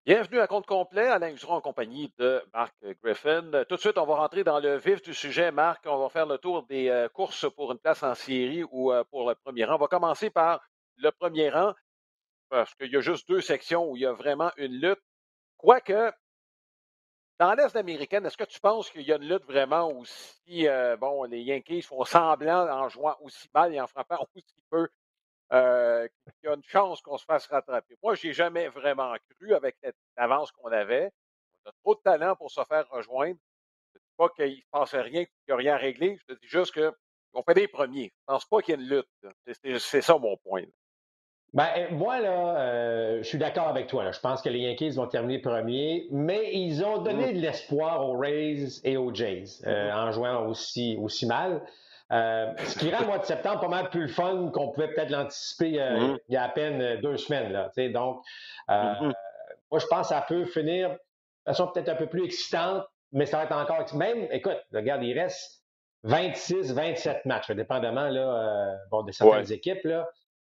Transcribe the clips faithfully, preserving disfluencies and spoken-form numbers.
Bienvenue à compte complet, Alain Huseron en compagnie de Marc Griffin. Tout de suite, on va rentrer dans le vif du sujet. Marc, on va faire le tour des euh, courses pour une place en série ou euh, pour le premier rang. On va commencer par le premier rang, parce qu'il y a juste deux sections où il y a vraiment une lutte. Quoique, dans l'Est américaine, est-ce que tu penses qu'il y a une lutte vraiment aussi, euh, bon, les Yankees font semblant en jouant aussi mal et en frappant aussi peu, euh, qu'il y a une chance qu'on se fasse rattraper? Moi, je n'ai jamais vraiment cru avec l'avance qu'on avait. On a trop de talent pour se faire rejoindre. Je ne dis pas qu'il ne se passe rien, qu'il n'y a rien à régler. Je te dis juste qu'on fait des premiers. Je ne pense pas qu'il y ait une lutte. C'est, c'est- c'est ça mon point. Ben, euh, moi, là, euh, je suis d'accord avec toi. Là. Je pense que les Yankees vont terminer premiers, mais ils ont Mhm, donné de l'espoir aux Rays et aux Jays euh, mhm, en jouant aussi, aussi mal. Euh, ce qui rend le mois de septembre pas mal plus le fun qu'on pouvait peut-être l'anticiper euh, mhm, il y a à peine euh, deux semaines. Là, tu sais. Donc, euh, mhm. moi, je pense que ça peut finir de façon peut-être un peu plus excitante, mais ça va être encore. Même, écoute, regarde, il reste vingt-six, vingt-sept matchs, dépendamment là, euh, bon, de Ouais. certaines équipes. Là.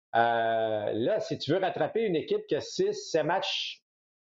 Euh, là, si tu veux rattraper une équipe qui a six, sept matchs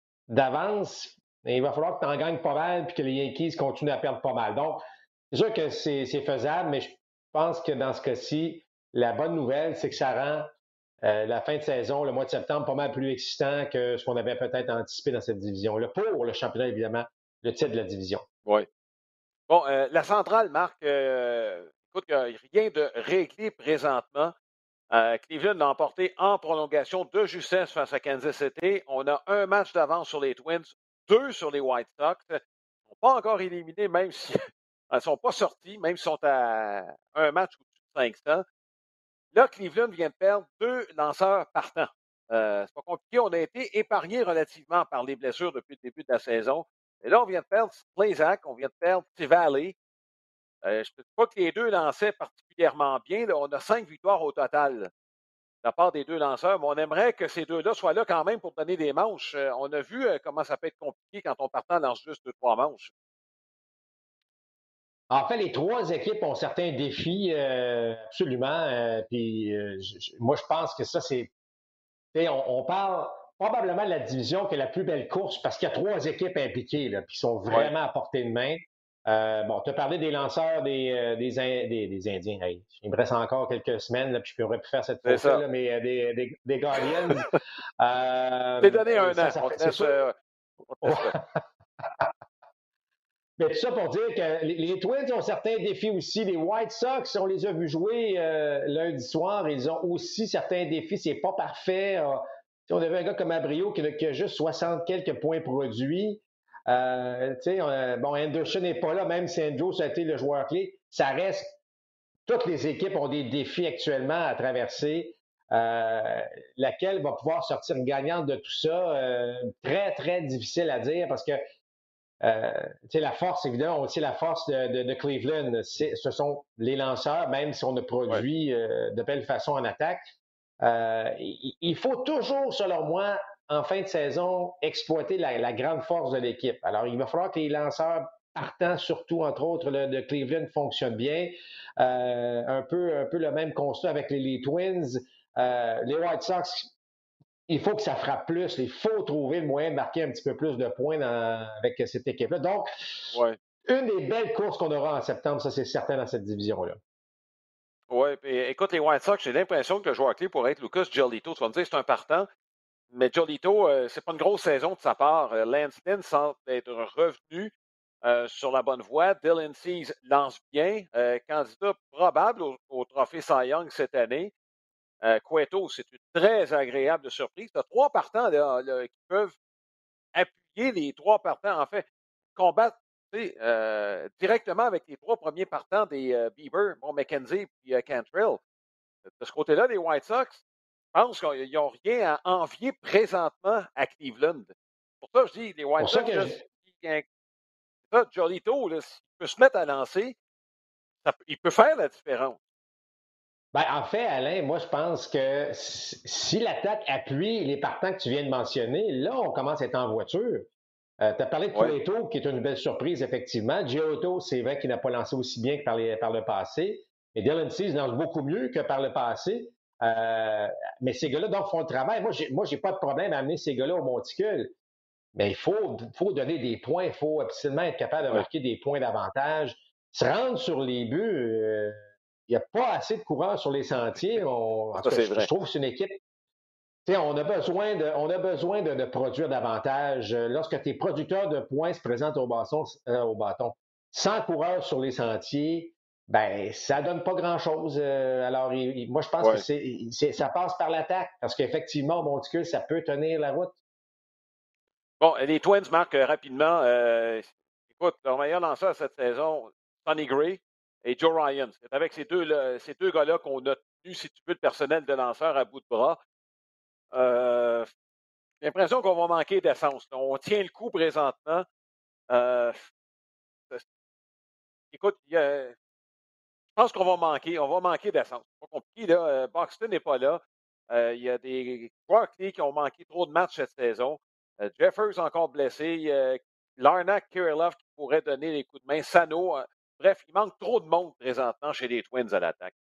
d'avance, il va falloir que tu en gagnes pas mal puis que les Yankees continuent à perdre pas mal. Donc, c'est sûr que c'est c'est faisable, mais je pense que dans ce cas-ci, la bonne nouvelle, c'est que ça rend euh, la fin de saison, le mois de septembre, pas mal plus excitant que ce qu'on avait peut-être anticipé dans cette division-là. Pour le championnat, évidemment, le titre de la division. Ouais. Bon, euh, la centrale, Marc, euh, écoute, il n'y a rien de réglé présentement. Euh, Cleveland l'a emporté en prolongation de justesse face à Kansas City. On a un match d'avance sur les Twins, deux sur les White Sox. Ils ne sont pas encore éliminés, même si elles ne sont pas sorties, même s'ils sont à un match au-dessus de cinq cents. Là, Cleveland vient de perdre deux lanceurs partants. Euh, c'est pas compliqué. On a été épargné relativement par les blessures depuis le début de la saison. Et là, on vient de perdre Plazak, on vient de perdre Tivali. Euh, je ne dis pas que les deux lançaient particulièrement bien. Là. On a cinq victoires au total de la part des deux lanceurs, mais on aimerait que ces deux-là soient là quand même pour donner des manches. Euh, on a vu euh, comment ça peut être compliqué quand on partant lance juste deux, trois manches. En fait, les trois équipes ont certains défis, euh, absolument. Euh, puis, euh, je- je- moi, je pense que ça, c'est T'sais, on, on parle probablement de la division qui est la plus belle course parce qu'il y a trois équipes impliquées là, qui sont Oui. vraiment à portée de main. Euh, bon, tu as parlé des lanceurs des, euh, des, In- des, des Indiens. Hey, il me reste encore quelques semaines, là, puis je pourrais plus faire cette C'est faute-là, ça. là, mais euh, des, des, des Guardians. T'es Euh, donné un ça, an. ça On fait, te c'est laisse, sûr. euh, on te laisse là. Mais tout ça pour dire que les, les Twins ont certains défis aussi. Les White Sox, on les a vus jouer euh, lundi soir. Ils ont aussi certains défis. C'est pas parfait. Euh, on avait un gars comme Abrio qui, qui a juste soixante quelques points produits. Euh, on, bon, Anderson n'est pas là, même si Andrews a été le joueur clé. Ça reste, toutes les équipes ont des défis actuellement à traverser. Euh, laquelle va pouvoir sortir gagnante de tout ça? Euh, très, très difficile à dire parce que euh, la force, évidemment, on sait la force de, de, de Cleveland, ce sont les lanceurs, même si on a Oui. produit euh, de belle façon en attaque. Euh, il, il, faut toujours, selon moi, en fin de saison, exploiter la, la grande force de l'équipe. Alors, il va falloir que les lanceurs partants, surtout, entre autres, le, de Cleveland, fonctionnent bien. Euh, un, peu, un peu le même constat avec les, les Twins. Euh, les White Sox, il faut que ça frappe plus. Il faut trouver le moyen de marquer un petit peu plus de points dans, avec cette équipe-là. Donc, Oui. une des belles courses qu'on aura en septembre, ça c'est certain dans cette division-là. Oui. Puis, écoute, les White Sox, j'ai l'impression que le joueur clé pourrait être Lucas Giolito. Tu vas me dire, c'est un partant. Mais Giolito, euh, c'est pas une grosse saison de sa part. Euh, Lance Lynn semble être revenu euh, sur la bonne voie. Dylan Cease lance bien. Euh, candidat probable au, au trophée Cy Young cette année. Euh, Cueto, c'est une très agréable surprise. Tu as trois partants là, là, qui peuvent appuyer les trois partants, en fait, combattre euh, directement avec les trois premiers partants des euh, Beavers, bon, McKenzie et euh, Cantrell. De ce côté-là, les White Sox, je pense qu'ils n'ont rien à envier présentement à Cleveland. Pour ça, je dis, les C'est White pour ça Sox, que là, je, ça, Jolito, là, s'il peut se mettre à lancer, ça, il peut faire la différence. ben, en fait, Alain, moi je pense que si, si l'attaque appuie les partants que tu viens de mentionner, là on commence à être en voiture. Euh, tu as parlé de Oui, Cueto, qui est une belle surprise, effectivement. Giotto, c'est vrai qu'il n'a pas lancé aussi bien que par, les, par le passé. Mais Dylan Cease lance beaucoup mieux que par le passé. Euh, mais ces gars-là, donc, font le travail. Moi, j'ai, moi, j'ai pas de problème à amener ces gars-là au monticule. mais il faut, faut donner des points, il faut absolument être capable de Oui. marquer des points d'avantage. Se rendre sur les buts, euh, il n'y a pas assez de coureurs sur les sentiers. On- en tout Ça, cas, c'est je, je vrai. trouve que c'est une équipe. Tu sais, on a besoin de, on a besoin de, de produire davantage. Euh, Lorsque tes producteurs de points se présentent au bâton, euh, au bâton, sans coureurs sur les sentiers, ben ça donne pas grand-chose. Euh, alors, il- il- moi, je pense que Oui. c'est, c'est- ça passe par l'attaque, parce qu'effectivement, Monticule, ça peut tenir la route. Bon, les Twins marquent euh, rapidement. Euh, écoute, leur meilleur lanceur cette saison, Sonny Gray et Joe Ryan. C'est avec ces deux, là- ces deux gars-là qu'on a tenu, si tu veux, le personnel de lanceur à bout de bras. Euh, j'ai l'impression qu'on va manquer d'essence. On tient le coup présentement. Euh, écoute, il y a- je pense qu'on va manquer. On va manquer d'essence. C'est pas compliqué, là. Euh, Buxton n'est pas là. Euh, il y a des joueurs clés qui ont manqué trop de matchs cette saison. Euh, Jeffers encore blessé. Euh, Larnack, Kirillov qui pourrait donner les coups de main. Sano. Euh, bref, il manque trop de monde présentement chez les Twins à l'attaque.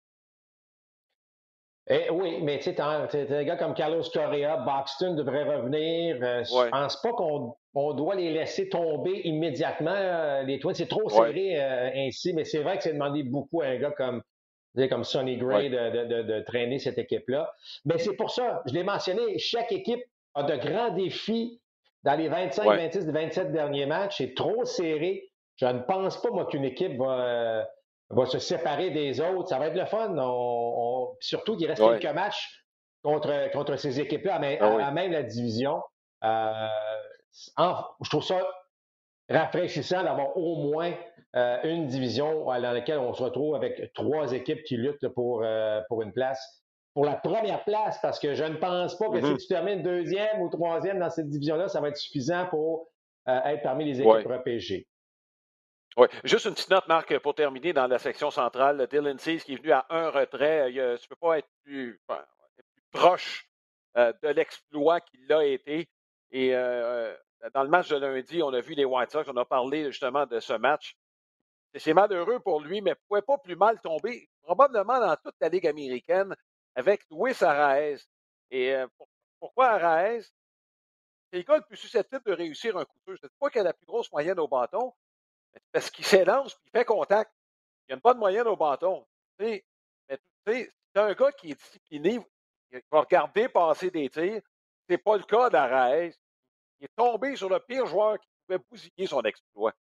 Eh oui, mais tu sais, t'as t'as des gars comme Carlos Correa, Buxton devrait revenir. Euh, je Oui, pense pas qu'on on doit les laisser tomber immédiatement. euh, les Twins, c'est trop oui, serré euh, ainsi, mais c'est vrai que c'est demandé beaucoup à un gars comme, tu sais, comme Sonny oui, Gray de, de- de- de traîner cette équipe-là. Mais c'est pour ça, je l'ai mentionné, chaque équipe a de grands défis dans les vingt-cinq, oui, vingt-six, vingt-sept derniers matchs. C'est trop serré. Je ne pense pas, moi, qu'une équipe va, euh, va se séparer des autres. Ça va être le fun. On, on- surtout qu'il reste oui. quelques matchs contre, contre ces équipes-là, à, même- Ah à- oui. à même la division. Euh, en- je trouve ça rafraîchissant d'avoir au moins euh, une division dans laquelle on se retrouve avec trois équipes qui luttent pour, euh, pour une place. Pour la première place, parce que je ne pense pas que si Mhm. tu termines deuxième ou troisième dans cette division-là, ça va être suffisant pour euh, être parmi les équipes Oui. repêchées. Oui. Juste une petite note, Marc, pour terminer dans la section centrale. Dylan Cease qui est venu à un retrait. Il y a- tu ne peux pas être plus, enfin, plus proche euh, de l'exploit qu'il a été. Et euh, dans le match de lundi, on a vu les White Sox. On a parlé justement de ce match. C'est c'est malheureux pour lui, mais il ne pouvait pas plus mal tomber, probablement dans toute la Ligue américaine, avec Luis Arraez. Et euh, pour- pourquoi Arraez? C'est le gars le plus susceptible de réussir un coup de feu. Je ne dis pas qu'il a la plus grosse moyenne au bâton, mais c'est parce qu'il s'élance et il fait contact. Il a une bonne moyenne au bâton. Tu sais, mais tu sais, c'est un gars qui est discipliné, il va regarder passer des tirs. C'est pas le cas d'Arraez. Il est tombé sur le pire joueur qui pouvait bousiller son exploit.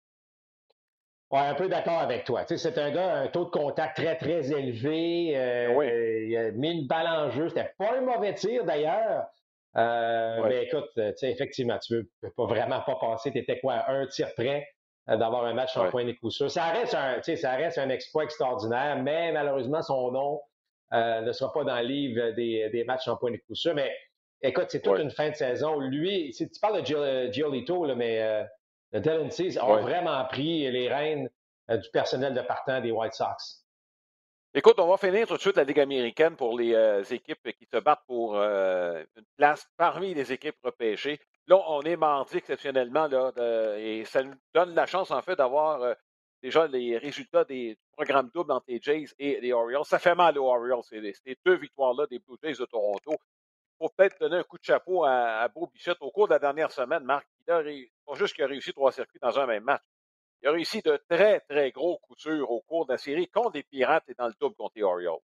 Ouais, un peu d'accord avec toi. Tu sais, c'est un gars, un taux de contact très, très élevé. Ben oui, Euh, il a mis une balle en jeu. C'était pas un mauvais tir, d'ailleurs. Euh, oui, mais écoute, tu sais, effectivement, tu veux peux pas vraiment pas passer. Tu étais quoi, à un tir près euh, d'avoir un match en oui, point de coup sûr. Ça reste un, tu sais, ça reste un exploit extraordinaire, mais malheureusement, son nom euh, ne sera pas dans le livre des, des matchs en point de coup sûr. Mais écoute, c'est toute oui, une fin de saison. Lui, si tu parles de Gio- Giolito, là, mais euh, le Dylan Cease a oui. vraiment pris les rênes euh, du personnel de partant des White Sox. Écoute, on va finir tout de suite la Ligue américaine pour les euh, équipes qui se battent pour euh, une place parmi les équipes repêchées. Là, on est mardi exceptionnellement, là, de- et ça nous donne la chance, en fait, d'avoir euh, déjà les résultats des programmes doubles entre les Jays et les Orioles. Ça fait mal aux Orioles, ces, ces deux victoires-là des Blue Jays de Toronto. Il faut peut-être donner un coup de chapeau à, à Beau Bichette. Au cours de la dernière semaine, Marc, il a réussi, pas juste qu'il a réussi trois circuits dans un même match. Il a réussi de très, très gros coups sûrs au cours de la série contre les Pirates et dans le double contre les Orioles.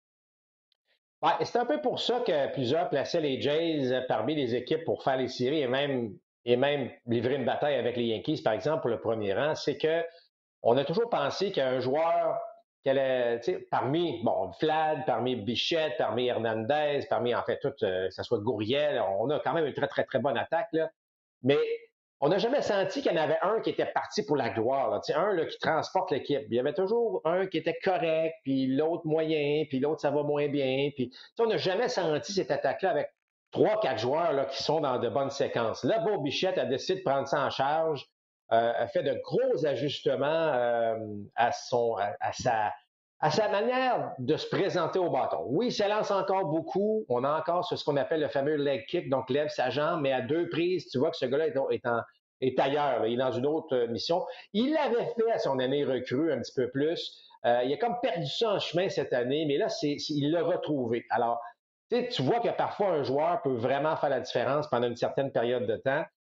Ouais, c'est un peu pour ça que plusieurs plaçaient les Jays parmi les équipes pour faire les séries et même, et même livrer une bataille avec les Yankees, par exemple, pour le premier rang. C'est que on a toujours pensé qu'un joueur qu'elle est, tu sais, parmi, bon, Vlad, parmi Bichette, parmi Hernandez, parmi, en fait, tout, euh, que ce soit Gourriel, on a quand même une très, très, très bonne attaque, là. Mais on n'a jamais senti qu'il y en avait un qui était parti pour la gloire, là. Tu sais, un là, qui transporte l'équipe. Il y avait toujours un qui était correct, puis l'autre moyen, puis l'autre ça va moins bien. Puis, tu sais, on n'a jamais senti cette attaque-là avec trois, quatre joueurs là, qui sont dans de bonnes séquences. Là, Beau Bichette a décidé de prendre ça en charge, euh, a fait de gros ajustements euh, à, son, à, à sa, à sa manière de se présenter au bâton. Oui, il s'élance encore beaucoup. On a encore ce, ce qu'on appelle le fameux leg kick, donc lève sa jambe, mais à deux prises, tu vois que ce gars-là est, est, en, est ailleurs. Là. Il est dans une autre euh, mission. Il l'avait fait à son année recrue un petit peu plus. Euh, il a comme perdu ça en chemin cette année, mais là, c'est, c'est, il l'a retrouvé. Alors, tu vois que parfois un joueur peut vraiment faire la différence pendant une certaine période de temps.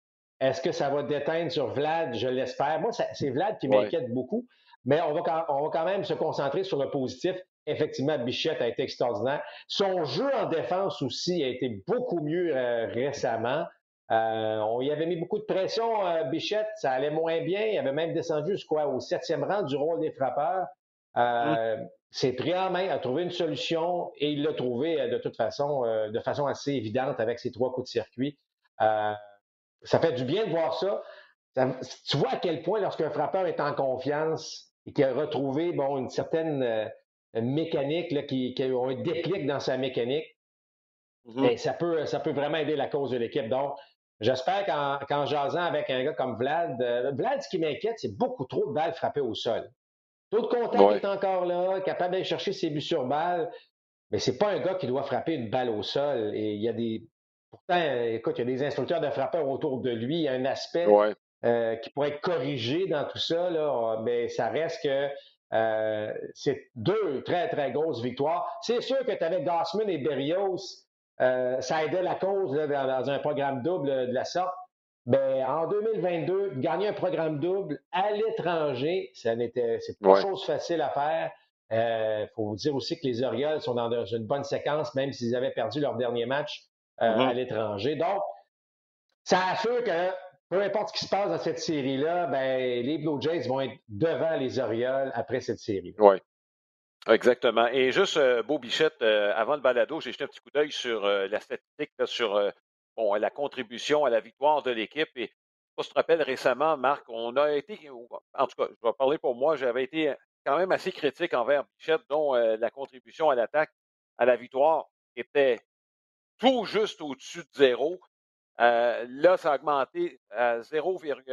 Est-ce que ça va déteindre sur Vlad? Je l'espère. Moi, ça- c'est Vlad qui Ouais. m'inquiète beaucoup, mais on va, quand, on va quand même se concentrer sur le positif. Effectivement, Bichette a été extraordinaire. Son jeu en défense aussi a été beaucoup mieux euh, récemment. Euh, on y avait mis beaucoup de pression, euh, Bichette, ça allait moins bien. Il avait même descendu jusqu'au au septième rang du rôle des frappeurs. Mhm. Euh, s'est pris en main, a trouvé une solution et il l'a trouvé euh, de toute façon, euh, de façon assez évidente avec ses trois coups de circuit. Euh, ça fait du bien de voir ça. Ça- tu vois à quel point, lorsqu'un frappeur est en confiance et qu'il a retrouvé bon, une certaine euh, mécanique, là, qui, qui a un déclic dans sa mécanique, Mhm. et ça peut, ça peut vraiment aider la cause de l'équipe. Donc, j'espère qu'en, qu'en jasant avec un gars comme Vlad, euh, Vlad, ce qui m'inquiète, c'est beaucoup trop de balles frappées au sol. Taux de contact Ouais. est encore là, capable d'aller chercher ses buts sur balle, mais c'est pas un gars qui doit frapper une balle au sol. Et il y a des. Pourtant, écoute, il y a des instructeurs de frappeurs autour de lui. Il y a un aspect Ouais. euh, qui pourrait être corrigé dans tout ça, là, mais ça reste que euh, c'est deux très, très grosses victoires. C'est sûr que tu avais Gossman et Berrios. Euh, ça aidait la cause là, dans, dans un programme double de la sorte. Mais en deux mille vingt-deux, gagner un programme double à l'étranger, ça n'était, c'est pas Ouais. chose facile à faire. Il euh, faut vous dire aussi que les Orioles sont dans une bonne séquence, même s'ils avaient perdu leur dernier match euh, à Mhm. l'étranger. Donc, ça assure que peu importe ce qui se passe dans cette série-là, ben, les Blue Jays vont être devant les Orioles après cette série-là. Ouais. Exactement. Et juste, euh, Beau Bichette, euh, avant le balado, j'ai jeté un petit coup d'œil sur euh, la statistique, là, sur euh, bon, la contribution à la victoire de l'équipe. Et je te rappelle récemment, Marc, on a été, en tout cas, je vais parler pour moi, j'avais été quand même assez critique envers Bichette, dont euh, la contribution à l'attaque, à la victoire, était tout juste au-dessus de zéro. Euh, là, ça a augmenté à zéro virgule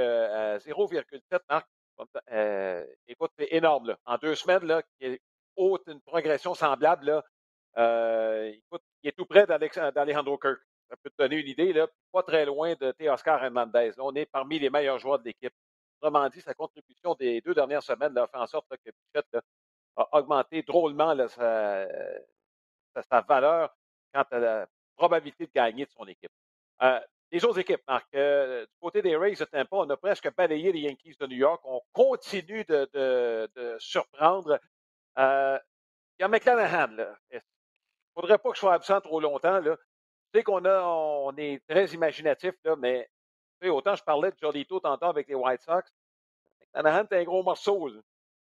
sept, Marc. Euh, écoute, c'est énorme. Là. En deux semaines, là, qui est haute, une progression semblable. Là, euh, écoute, il est tout près d'Alejandro Kirk. Ça peut te donner une idée. Là, pas très loin de Teoscar Hernandez. Là, on est parmi les meilleurs joueurs de l'équipe. Autrement dit, sa contribution des deux dernières semaines là, a fait en sorte là, que Pichette là, a augmenté drôlement là, sa, sa, sa valeur quant à la probabilité de gagner de son équipe. Euh, les autres équipes, Marc, euh, du côté des Rays de Tampa, on a presque balayé les Yankees de New York. On continue de, de, de surprendre. Euh, il y a McClanahan, là. Il ne faudrait pas que je sois absent trop longtemps. Là. Tu sais qu'on a, on est très imaginatif, là, mais tu sais, autant je parlais de Jolito tantôt avec les White Sox. McClanahan, c'est un gros morceau. Là.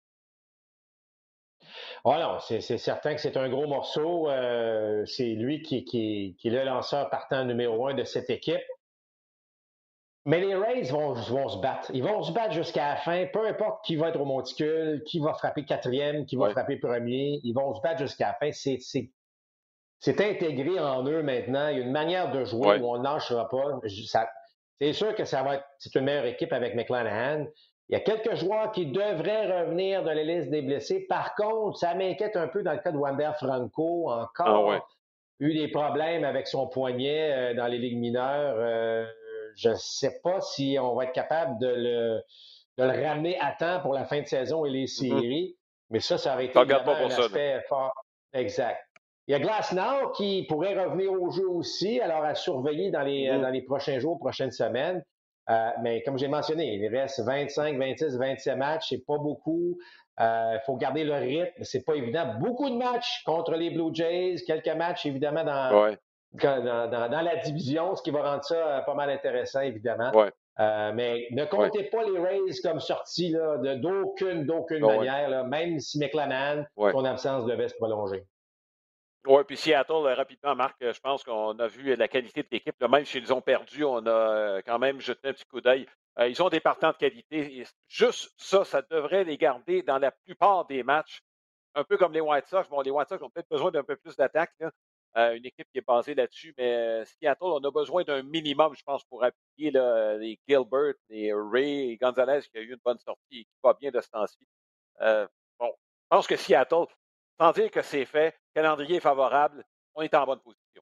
Oh non, c'est, c'est certain que c'est un gros morceau. Euh, c'est lui qui, qui, qui est le lanceur partant numéro un de cette équipe. Mais les Rays vont, vont se battre. Ils vont se battre jusqu'à la fin, peu importe qui va être au monticule, qui va frapper quatrième, qui va Ouais, frapper premier. Ils vont se battre jusqu'à la fin. C'est, c'est, c'est intégré en eux maintenant. Il y a une manière de jouer ouais. où on ne lâchera pas. Ça- c'est sûr que ça va être c'est une meilleure équipe avec McClanahan. Il y a quelques joueurs qui devraient revenir de la liste des blessés. Par contre, ça m'inquiète un peu dans le cas de Wander Franco. Ah ouais. Encore eu des problèmes avec son poignet euh, dans les ligues mineures. Euh, je ne sais pas si on va être capable de le, de le ramener à temps pour la fin de saison et les Mm-hmm. séries. Mais ça, ça aurait Je été regarde évidemment pas un pour ça. Là. aspect fort exact. Il y a Glasnow qui pourrait revenir au jeu aussi, alors à surveiller dans les, Mm-hmm. dans les prochains jours, prochaines semaines. Euh, mais comme j'ai mentionné, il reste vingt-cinq, vingt-six, vingt-sept matchs, c'est pas beaucoup. Il euh, faut garder le rythme, c'est pas évident. Beaucoup de matchs contre les Blue Jays, quelques matchs évidemment dans, Ouais, dans, dans, dans la division, ce qui va rendre ça euh, pas mal intéressant évidemment. ouais, Euh, mais ne ouais. comptez pas les Rays comme sortie là, de, d'aucune, d'aucune Ah ouais, manière, là, même si McClanahan, ouais. son absence devait se prolonger. Oui, puis Seattle, euh, rapidement, Marc, euh, je pense qu'on a vu la qualité de l'équipe. Là, même s'ils ont perdu, on a euh, quand même jeté un petit coup d'œil. Euh, ils ont des partants de qualité. Et juste ça, ça devrait les garder dans la plupart des matchs. Un peu comme les White Sox. Bon, les White Sox ont peut-être besoin d'un peu plus d'attaque. Là. Euh, une équipe qui est basée là-dessus. Mais euh, Seattle, on a besoin d'un minimum, je pense, pour appuyer là, les Gilbert, les Ray et Gonzalez, qui a eu une bonne sortie et qui va bien de ce temps-ci. Euh, bon, je pense que Seattle, sans dire que c'est fait, calendrier favorable, on est en bonne position.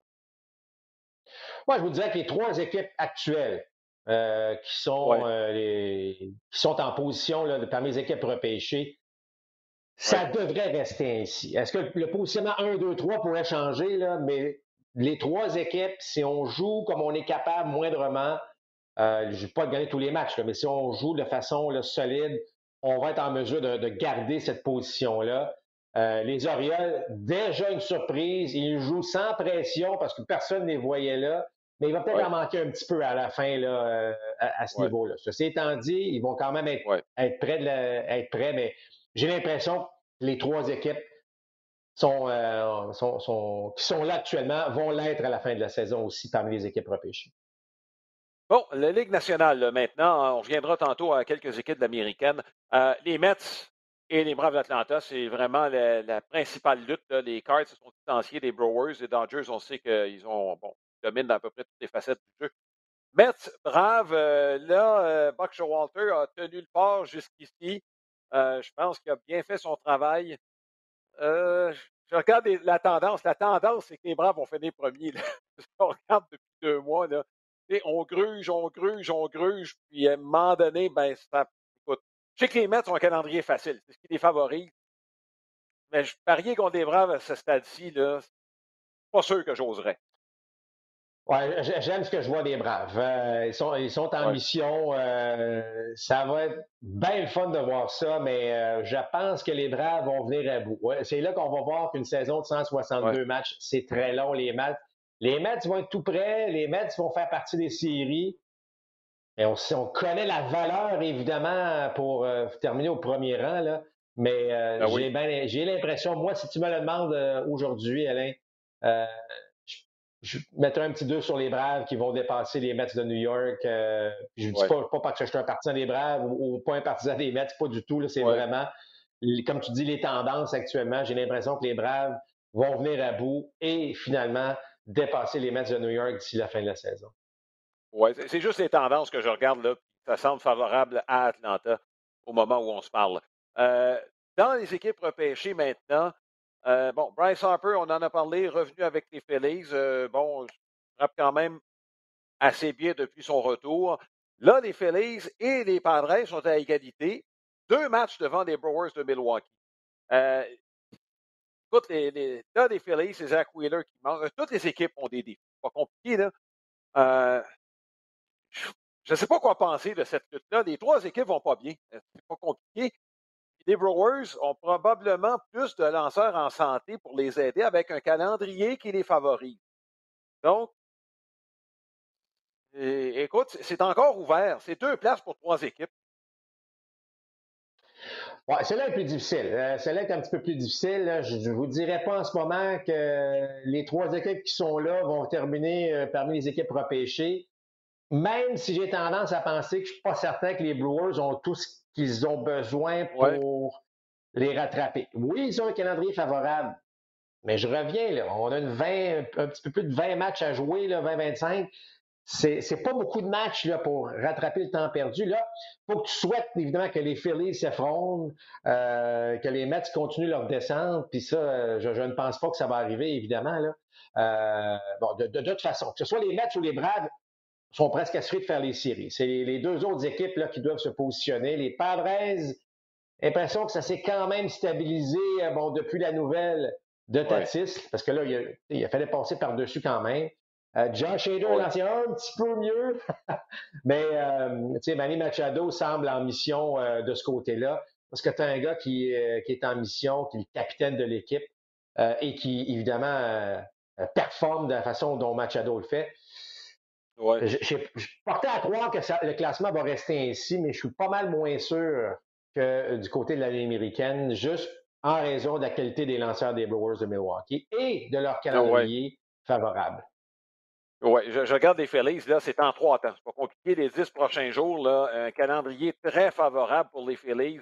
Moi, je vous dirais que les trois équipes actuelles euh, qui, sont, Oui, euh, les, qui sont en position là, de, parmi les équipes repêchées, oui, ça devrait rester ainsi. Est-ce que le positionnement un, deux, trois pourrait changer, là, mais les trois équipes, si on joue comme on est capable moindrement, Euh, je ne vais pas gagner tous les matchs, là, mais si on joue de façon là, solide, on va être en mesure de, de garder cette position-là. Euh, les Orioles, déjà une surprise. Ils jouent sans pression parce que personne ne les voyait là. Mais il va peut-être Oui, en manquer un petit peu à la fin là, euh, à, à ce oui, niveau-là. Ceci étant dit, ils vont quand même être, oui. être prêts, de la- être prêts, mais j'ai l'impression que les trois équipes sont, euh, sont, sont- qui sont là actuellement vont l'être à la fin de la saison aussi parmi les équipes repêchées. Bon, la Ligue nationale, là, maintenant, hein, on reviendra tantôt à quelques équipes américaines. Euh, les Mets et les Braves d'Atlanta, c'est vraiment la, la principale lutte, là. Les Cards se sont distanciés des Brewers. Les Dodgers, on sait qu'ils ont, bon, ils dominent à peu près toutes les facettes du jeu. Mets, Braves, euh, là, euh, Buck Showalter a tenu le fort jusqu'ici. Euh, je pense qu'il a bien fait son travail. Euh, je regarde les- la tendance. La tendance, c'est que les Braves vont finir premier. Là. On regarde depuis deux mois. Là. Tu sais, on gruge, on gruge, on gruge. Puis à un moment donné, ben, ça. Écoute, je sais que les Mets ont un calendrier facile. C'est ce qui les favorise. Mais je parier contre les Braves à ce stade-ci, là, c'est pas sûr que j'oserais. Ouais, j- j'aime ce que je vois des Braves. Euh, ils sont, ils sont en Ouais, mission. Euh, ça va être bien le fun de voir ça, mais euh, je pense que les Braves vont venir à bout. Ouais, c'est là qu'on va voir qu'une saison de cent ouais, soixante-deux matchs, c'est très long, les Mets. Les Mets vont être tout prêts. Les Mets vont faire partie des séries. Et on, on connaît la valeur, évidemment, pour euh, terminer au premier rang, là. Mais euh, ben oui. j'ai ben, j'ai l'impression, moi, si tu me le demandes euh, aujourd'hui, Alain, euh, je, je mettrais un petit deux sur les Braves qui vont dépasser les Mets de New York. Euh, je ne dis Ouais, pas, pas parce que je suis un partisan des Braves ou, ou pas un partisan des Mets, pas du tout. C'est ouais. vraiment, comme tu dis, les tendances actuellement. J'ai l'impression que les Braves vont venir à bout et finalement dépasser les Mets de New York d'ici la fin de la saison. Ouais. C'est c'est juste les tendances que je regarde là. Ça semble favorable à Atlanta au moment où on se parle. Euh, dans les équipes repêchées maintenant, euh, bon, Bryce Harper, on en a parlé, revenu avec les Phillies. Euh, bon, je frappe quand même assez bien depuis son retour. Là, les Phillies et les Padres sont à égalité. Deux matchs devant les Brewers de Milwaukee. Euh, écoute, les, les, là, les Phillies, c'est Zach Wheeler qui manque. Euh, Toutes les équipes ont des défis. Pas compliqué, là. Euh, je ne sais pas quoi penser de cette lutte-là. Les trois équipes vont pas bien. Euh, C'est pas compliqué. Les Brewers ont probablement plus de lanceurs en santé pour les aider avec un calendrier qui les favorise. Donc, é- écoute, c'est encore ouvert. C'est deux places pour trois équipes. Ouais, celle-là est plus difficile. Euh, celle-là est un petit peu plus difficile. Là. Je ne vous dirais pas en ce moment que les trois équipes qui sont là vont terminer euh, parmi les équipes repêchées. Même si j'ai tendance à penser que je ne suis pas certain que les Brewers ont tout ce qu'ils ont besoin Ouais, pour les rattraper. Oui, ils ont un calendrier favorable, mais je reviens là. On a une vingt, un petit peu plus de vingt matchs à jouer, là, vingt vingt-cinq. C'est, c'est pas beaucoup de matchs là, pour rattraper le temps perdu. Là, il faut que tu souhaites évidemment que les Phillies s'effondrent, euh, que les Mets continuent leur descente. Puis ça, euh, je, je ne pense pas que ça va arriver, évidemment. Là. Euh, bon, de, de, de toute façon, que ce soit les Mets ou les Braves, sont presque assurés de faire les séries. C'est les, les deux autres équipes là, qui doivent se positionner. Les Padres, l'impression que ça s'est quand même stabilisé euh, bon, depuis la nouvelle de ouais, Tatis, parce que là, il a, il a fallu passer par-dessus quand même. Euh, Josh Hader ouais, l'en tient un petit peu mieux, mais euh, tu sais, Manny Machado semble en mission euh, de ce côté-là, parce que tu as un gars qui, euh, qui est en mission, qui est le capitaine de l'équipe euh, et qui, évidemment, euh, performe de la façon dont Machado le fait. ouais. Je, je, je portais à croire que ça, le classement va rester ainsi, mais je suis pas mal moins sûr que du côté de la Ligue américaine, juste en raison de la qualité des lanceurs des Brewers de Milwaukee et de leur Ah ouais. calendrier favorable. Oui, je, je regarde les Phillies, là, c'est en trois temps. C'est pas compliqué. Les dix prochains jours, là, un calendrier très favorable pour les Phillies.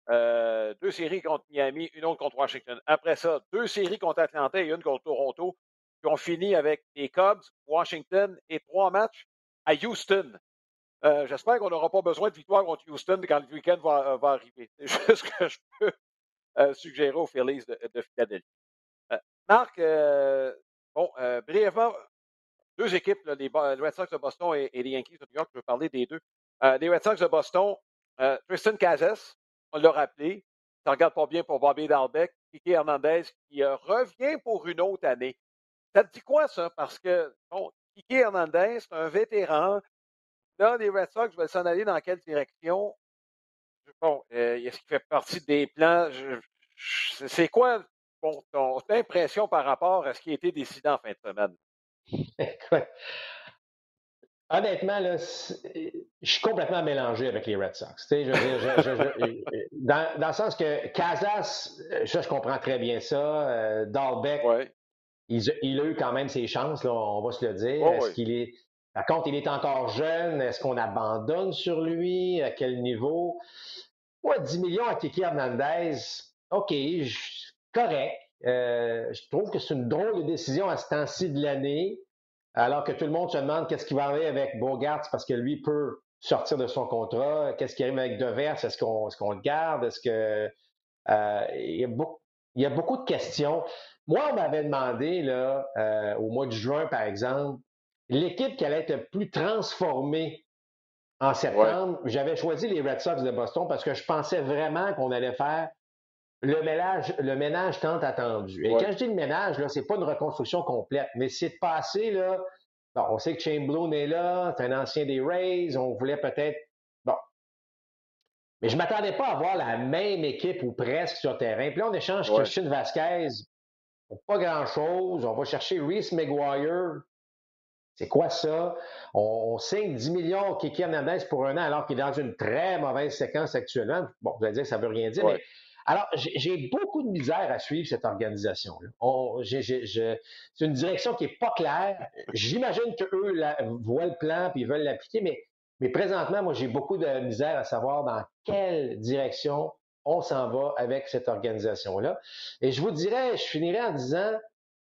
Euh, deux séries contre Miami, une autre contre Washington. Après ça, deux séries contre Atlanta et une contre Toronto. Puis on finit avec les Cubs, Washington et trois matchs à Houston. Euh, J'espère qu'on n'aura pas besoin de victoire contre Houston quand le week-end va, euh, va arriver. C'est juste ce que je peux euh, suggérer aux Phillies de, de Philadelphie. Euh, Marc, euh, bon, euh, brièvement, deux équipes, là, les, les Red Sox de Boston et, et les Yankees de New York, je veux parler des deux. Euh, les Red Sox de Boston, euh, Tristan Casas, on l'a rappelé, ça ne regarde pas bien pour Bobby Dalbec, Kiki Hernandez qui euh, revient pour une autre année. Ça te dit quoi, ça? Parce que, bon, Kiki Hernandez, c'est un vétéran, là, les Red Sox veulent s'en aller dans quelle direction? Bon, euh, est-ce qu'il fait partie des plans? Je- je- c'est quoi bon, ton impression par rapport à ce qui a été décidé en fin de semaine? Écoute, honnêtement, là, je suis complètement mélangé avec les Red Sox. Tu sais, je veux dire, je- je- je- dans, dans le sens que Casas, ça, je comprends très bien ça. Euh, Dahlbeck, Oui, il, il a eu quand même ses chances, là, on va se le dire. oui, Est-ce oui. qu'il est. Par contre, il est encore jeune. Est-ce qu'on abandonne sur lui? À quel niveau? Moi, dix millions à Kiki Hernandez, OK, je- correct. Euh, je trouve que c'est une drôle de décision à ce temps-ci de l'année, alors que tout le monde se demande qu'est-ce qui va arriver avec Bogarts parce que lui peut sortir de son contrat. Qu'est-ce qui arrive avec Devers? Est-ce qu'on est-ce qu'on le garde? Est-ce que euh, il, y a beaucoup, il y a beaucoup de questions. Moi, on m'avait demandé là, euh, au mois de juin, par exemple, l'équipe qui allait être le plus transformée en Oui, septembre. J'avais choisi les Red Sox de Boston parce que je pensais vraiment qu'on allait faire le ménage, le ménage tant attendu. Et oui, quand je dis le ménage, là, c'est pas une reconstruction complète, mais c'est de passer, là. Bon, on sait que Chamberlain est là, c'est un ancien des Rays, on voulait peut-être. Bon. Mais je ne m'attendais pas à voir la même équipe ou presque sur le terrain. Puis là, on échange oui, Christian Vasquez pour pas grand-chose. On va chercher Reese McGuire. C'est quoi ça? On, on signe dix millions Kiki Hernandez pour un an alors qu'il est dans une très mauvaise séquence actuellement. Bon, vous allez dire que ça ne veut rien dire, oui. mais alors, j'ai j'ai beaucoup de misère à suivre cette organisation-là. On- j'ai- j'ai- je- C'est une direction qui n'est pas claire. J'imagine qu'eux la- voient le plan et ils veulent l'appliquer, mais, mais présentement, moi, j'ai beaucoup de misère à savoir dans quelle direction on s'en va avec cette organisation-là. Et je vous dirais, je finirai en disant,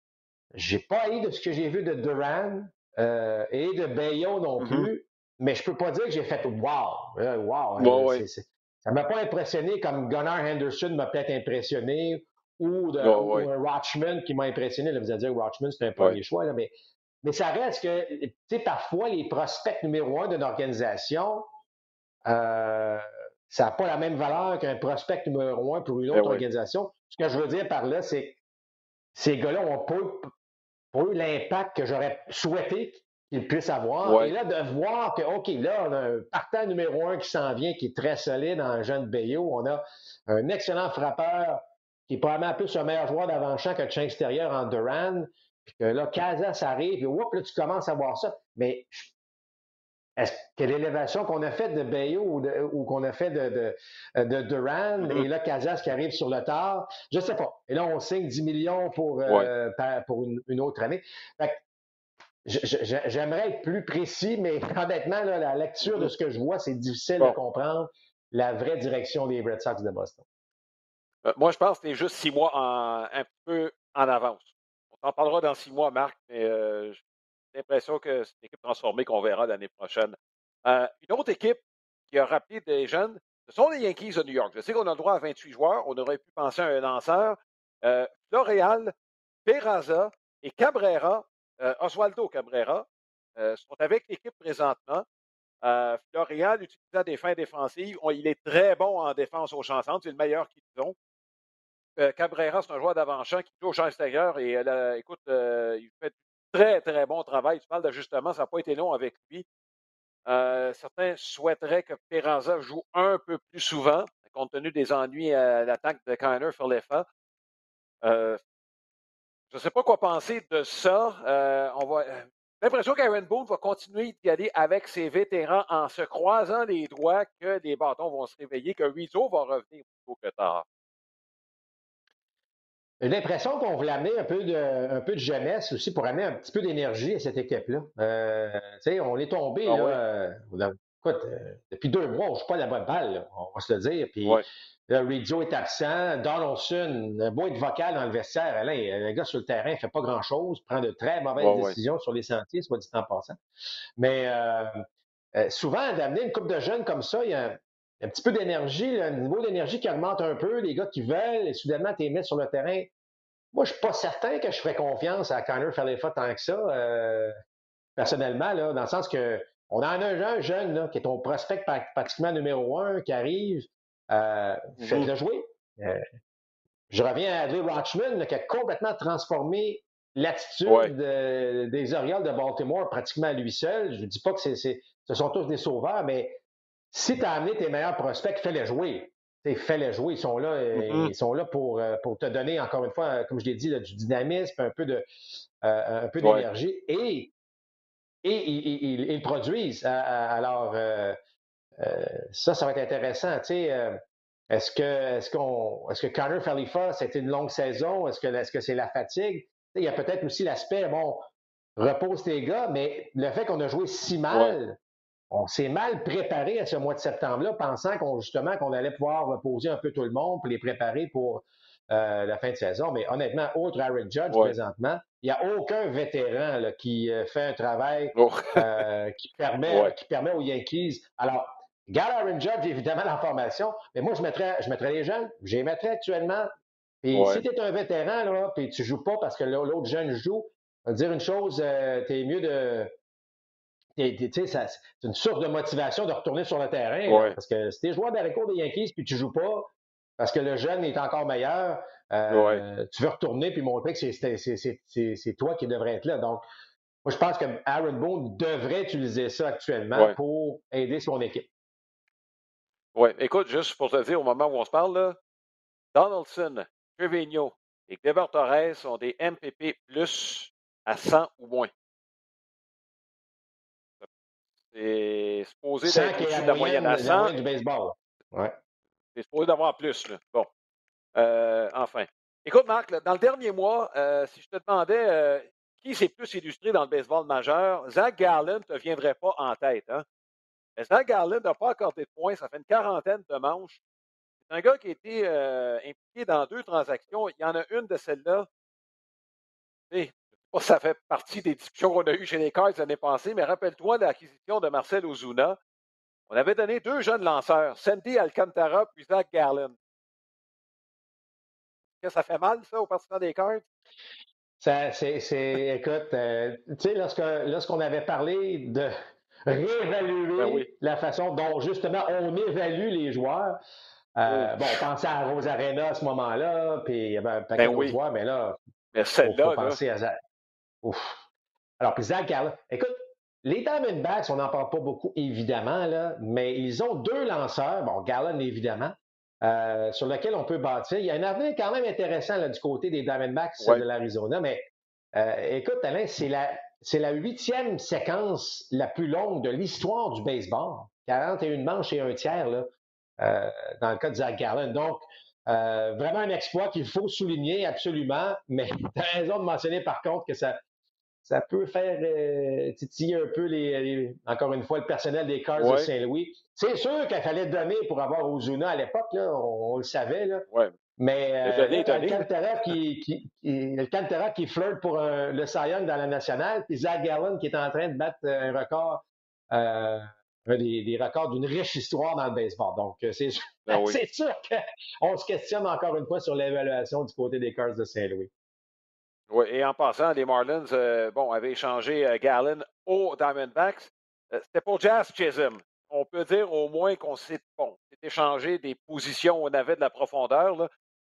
j'ai pas haï de ce que j'ai vu de Duran euh, et de Bayo non Mhm. plus, mais je peux pas dire que j'ai fait wow, euh, wow, Oui, euh, oui, c'est, c'est- ça m'a pas impressionné comme Gunnar Henderson m'a peut-être impressionné ou, de, oui, ou, oui, ou un Watchman qui m'a impressionné. Là, vous allez dire que Watchman c'est un oui. premier choix, là, mais, mais ça reste que, tu sais, parfois les prospects numéro un d'une organisation, euh, ça n'a pas la même valeur qu'un prospect numéro un pour une Ben autre oui, organisation. Ce que je veux dire par là, c'est que ces gars-là ont pas pas eu l'impact que j'aurais souhaité qu'il puisse avoir. Et oui, là, de voir que, OK, là, on a un partant numéro un qui s'en vient, qui est très solide en jeune Bayo. On a un excellent frappeur qui est probablement plus un meilleur joueur d'avant-champ que de champ extérieur en Duran. Puis que là, Casas arrive, et whoop, là, tu commences à voir ça. Mais est-ce que l'élévation qu'on a faite de Bayo ou, de, ou qu'on a fait de, de, de Duran mhm, et là, Casas qui arrive sur le tard, je ne sais pas. Et là, on signe dix millions pour, oui. euh, pour une, une, autre année. Fait que j'aimerais être plus précis, mais honnêtement, là, la lecture de Mhm. ce que je vois, c'est difficile de Bon, comprendre la vraie direction des Red Sox de Boston. euh, moi, je pense que c'est juste six mois en- un petit peu en avance. On t'en parlera dans six mois, Marc, mais euh, j'ai l'impression que c'est une équipe transformée qu'on verra l'année prochaine. Euh, une autre équipe qui a rappelé des jeunes, ce sont les Yankees de New York. Je sais qu'on a le droit à vingt-huit joueurs. On aurait pu penser à un lanceur. Euh, Floréal, Peraza et Cabrera, euh, Oswaldo Cabrera, euh, sont avec l'équipe présentement. Euh, Floréal, utilisant des fins défensives, on- il est très bon en défense au champ centre. C'est le meilleur qu'ils ont. Euh, Cabrera, c'est un joueur d'avant-champ qui joue au champ extérieur et elle a- écoute, euh, il fait du très, très bon travail. Tu parles d'ajustement, ça n'a pas été long avec lui. Euh, certains souhaiteraient que Peraza joue un peu plus souvent, compte tenu des ennuis à l'attaque de Kiner Falefa. Euh, je ne sais pas quoi penser de ça. Euh, on va. euh, J'ai l'impression qu'Aaron Boone va continuer d'y aller avec ses vétérans en se croisant les doigts que les bâtons vont se réveiller, que Rizzo va revenir plus tôt que tard. J'ai l'impression qu'on voulait amener un peu, de, un peu de jeunesse aussi pour amener un petit peu d'énergie à cette équipe-là. Euh, tu sais, on est tombé, Ah là, oui? euh, dans- écoute, euh, depuis deux mois, on ne joue pas la bonne balle, là, on va se le dire. Puis Oui, là, Rizzo est absent. Donaldson, euh, beau être vocal dans le vestiaire, Alain, le gars sur le terrain ne fait pas grand-chose, prend de très mauvaises oui, oui. décisions sur les sentiers, soit dit en passant. Mais euh, euh, souvent, d'amener une coupe de jeunes comme ça, il y a un, un petit peu d'énergie, là, un niveau d'énergie qui augmente un peu, les gars qui veulent, et soudainement, tu les mets sur le terrain. Moi, je suis pas certain que je ferais confiance à Connor Falefa tant que ça, euh, personnellement, là, dans le sens que on en a un, un jeune là, qui est ton prospect pratiquement numéro un, qui arrive, euh, Mhm. faites-le jouer. Euh, je reviens à Adley Watchman, là, qui a complètement transformé l'attitude Ouais. euh, des Orioles de Baltimore pratiquement à lui seul. Je ne dis pas que c'est, c'est- ce sont tous des sauveurs, mais si tu as amené tes meilleurs prospects, fais-les jouer. T'sais, fais-les jouer. Ils sont là, euh, Mhm. ils sont là pour, euh, pour te donner, encore une fois, euh, comme je l'ai dit, là, du dynamisme, un peu de, euh, un peu Ouais. d'énergie. Et, et ils, ils- ils- ils produisent. À- à- Alors, euh, euh, ça, ça va être intéressant. Tu sais, euh, est-ce que, est-ce qu'on, est-ce que Connor Khalifa, c'était une longue saison? Est-ce que, est-ce que c'est la fatigue? Tu sais, il y a peut-être aussi l'aspect, bon, repose tes gars, mais le fait qu'on a joué si Ouais. mal, on s'est mal préparé à ce mois de septembre-là, pensant qu'on, justement, qu'on allait pouvoir reposer un peu tout le monde pour les préparer pour euh, la fin de saison. Mais honnêtement, autre Aaron Judge Ouais. présentement, il n'y a aucun vétéran là, qui euh, fait un travail Oh. euh, qui, permet, Ouais. qui permet aux Yankees. Alors, garde Aaron Judge, évidemment, dans la formation, mais moi, je mettrais, je mettrais les jeunes. Je les mettrais actuellement. Et si Ouais. tu es un vétéran, là, puis tu joues pas parce que l'autre jeune joue, je vais te dire une chose, euh, tu es mieux de. t'es- t'es- tu sais, ça- c'est une source de motivation de retourner sur le terrain, là, Ouais. parce que si tu es joueur d'Arico des Yankees puis tu joues pas, parce que le jeune est encore meilleur, Ouais. euh, tu veux retourner puis montrer que c'est c'est- c'est- c'est- c'est- c'est toi qui devrais être là. Donc, moi, je pense que Aaron Boone devrait utiliser ça actuellement Ouais. pour aider son équipe. Ouais. Écoute, juste pour te dire, au moment où on se parle, là, Donaldson, Trevino et Gleyber Torres ont des M P P plus à cent ou moins. C'est supposé Sans d'être qu'il y ait au-dessus la de la moyenne moyenne, à la cent. moyenne du baseball. Ouais. C'est supposé d'avoir plus. Là. Bon. Euh, enfin. Écoute, Marc, là, dans le dernier mois, euh, si je te demandais euh, qui s'est plus illustré dans le baseball majeur, Zach Garland ne te viendrait pas en tête. Hein? Mais Zach Garland n'a pas accordé de points. Ça fait une quarantaine de manches. C'est un gars qui a été euh, impliqué dans deux transactions. Il y en a une de celles-là. Je ne sais pas si ça fait partie des discussions qu'on a eues chez les Cards l'année passée, mais rappelle-toi de l'acquisition de Marcel Ozuna. On avait donné deux jeunes lanceurs, Sandy Alcantara puis Zach Garland. Est-ce que ça fait mal, ça, aux partisans des Cards? Ça, c'est, c'est, écoute, euh, tu sais, lorsque, lorsqu'on avait parlé de Ben oui. réévaluer la façon dont, justement, on évalue les joueurs, Oh, euh, bon, on pensait à Rose Arena à ce moment-là, puis il y avait un paquet ben d'autres oui. joueurs, mais là, Mais il faut, faut celle-là, là, penser à Zach. Ouf. Alors, puis Zach Garland, écoute, les Diamondbacks, on n'en parle pas beaucoup, évidemment, là, mais ils ont deux lanceurs, bon, Garland, évidemment, euh, sur lequel on peut bâtir. Il y a un avenir quand même intéressant là, du côté des Diamondbacks de ouais. l'Arizona, mais euh, écoute, Alain, c'est la, c'est la huitième séquence la plus longue de l'histoire du baseball. quarante et une manches et un tiers, là, euh, dans le cas de Zach Garland. Donc, euh, vraiment un exploit qu'il faut souligner absolument, mais tu as raison de mentionner par contre que ça, ça peut faire euh, titiller un peu, les, les- encore une fois, le personnel des Cards de Ouais. Saint-Louis. C'est sûr qu'il fallait donner pour avoir Ozuna à l'époque, là, on, on le savait, là. Ouais. Mais Le euh, donné là, est tu as donné, là. Alcantara qui, qui, qui, Alcantara qui flirte pour un- le Cy Young dans la nationale, puis Zach Gallen qui est en train de battre un record, euh, un des, des records d'une riche histoire dans le baseball. Donc, euh, c'est, Ben oui. c'est sûr qu'on se questionne encore une fois sur l'évaluation du côté des Cards de Saint-Louis. Oui, et en passant, les Marlins, euh, bon, avaient échangé euh, Gallen aux Diamondbacks. Euh, c'était pour Jazz Chisholm. On peut dire au moins qu'on s'est bon, s'est échangé des positions, on avait de la profondeur. Là.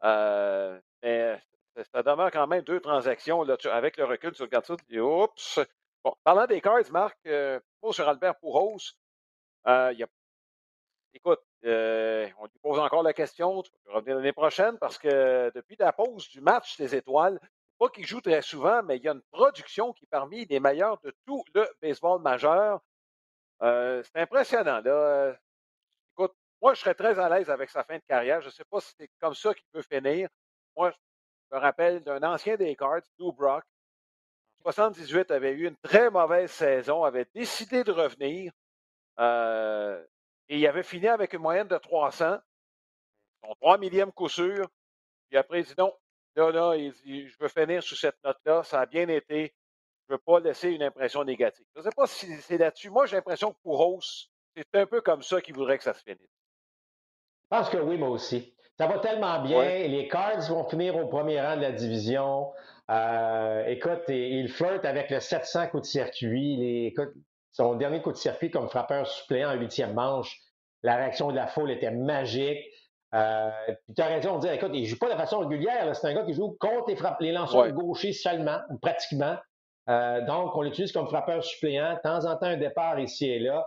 Euh, mais ça ça demeure quand même deux transactions. Là, tu- avec le recul, tu regardes ça, tu dis oups. Bon, parlant des Cards, Marc, euh, pour sur Albert Pujols, euh, il y a écoute, euh, on lui pose encore la question. Tu vas revenir l'année prochaine parce que depuis la pause du match des étoiles, pas qu'il joue très souvent, mais il y a une production qui est parmi les meilleures de tout le baseball majeur. Euh, c'est impressionnant. Là. Euh, Écoute, moi, je serais très à l'aise avec sa fin de carrière. Je ne sais pas si c'est comme ça qu'il peut finir. Moi, je me rappelle d'un ancien des Cards, Lou Brock. En soixante-dix-huit, avait eu une très mauvaise saison, avait décidé de revenir. Euh, et il avait fini avec une moyenne de trois cents. Son trois millième coup sûr. Puis après, il dit non. Là, là, il dit, je veux finir sous cette note-là. Ça a bien été. Je ne veux pas laisser une impression négative. Je ne sais pas si c'est là-dessus. Moi, j'ai l'impression que pour Rose, c'est un peu comme ça qu'il voudrait que ça se finisse. Je pense que oui, moi aussi. Ça va tellement Ouais, bien. Les Cards vont finir au premier rang de la division. Euh, écoute, il flirte avec le sept cents coups de circuit. Les, écoute, son dernier coup de circuit comme frappeur suppléant en huitième manche, la réaction de la foule était magique. Euh, puis tu as raison de dire, écoute, il ne joue pas de façon régulière. là. C'est un gars qui joue contre les, frappe- les lanceurs Ouais. gauchers seulement, ou pratiquement. Euh, donc, on l'utilise comme frappeur suppléant. De temps en temps, un départ ici et là.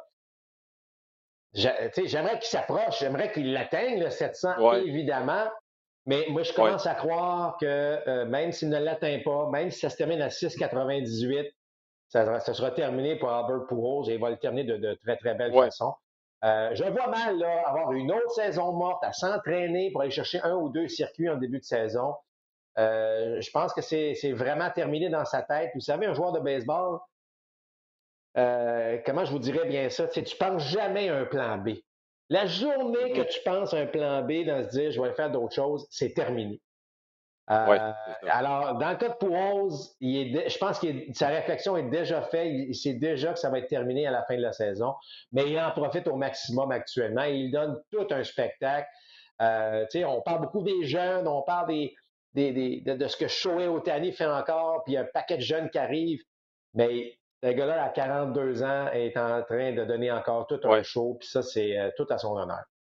J'a- tu sais, J'aimerais qu'il s'approche, j'aimerais qu'il l'atteigne, le sept cents, Ouais. évidemment. Mais moi, je Ouais. commence à croire que euh, même s'il ne l'atteint pas, même si ça se termine à six virgule quatre-vingt-dix-huit, ça, ça sera terminé pour Albert Pujols et il va le terminer de, de très, très belle Ouais. façon. Euh, je vois mal là, avoir une autre saison morte à s'entraîner pour aller chercher un ou deux circuits en début de saison. Euh, je pense que c'est c'est vraiment terminé dans sa tête. Vous savez, un joueur de baseball, euh, comment je vous dirais bien ça, tu ne penses jamais à un plan B. La journée que Mhm. tu penses à un plan B, dans se dire je vais faire d'autres choses, c'est terminé. Ouais, Euh, c'est ça. alors, dans le cas de Pujols, il est dé- je pense que sa réflexion est déjà faite. Il, il sait déjà que ça va être terminé à la fin de la saison, mais il en profite au maximum actuellement. Il donne tout un spectacle. Euh, tu sais, on parle beaucoup des jeunes, on parle des, des, des- de, de ce que Shohei Ohtani fait encore, puis il y a un paquet de jeunes qui arrivent. Mais ce gars-là, à quarante-deux ans, est en train de donner encore tout un Ouais. show, puis ça, c'est euh, tout à son honneur.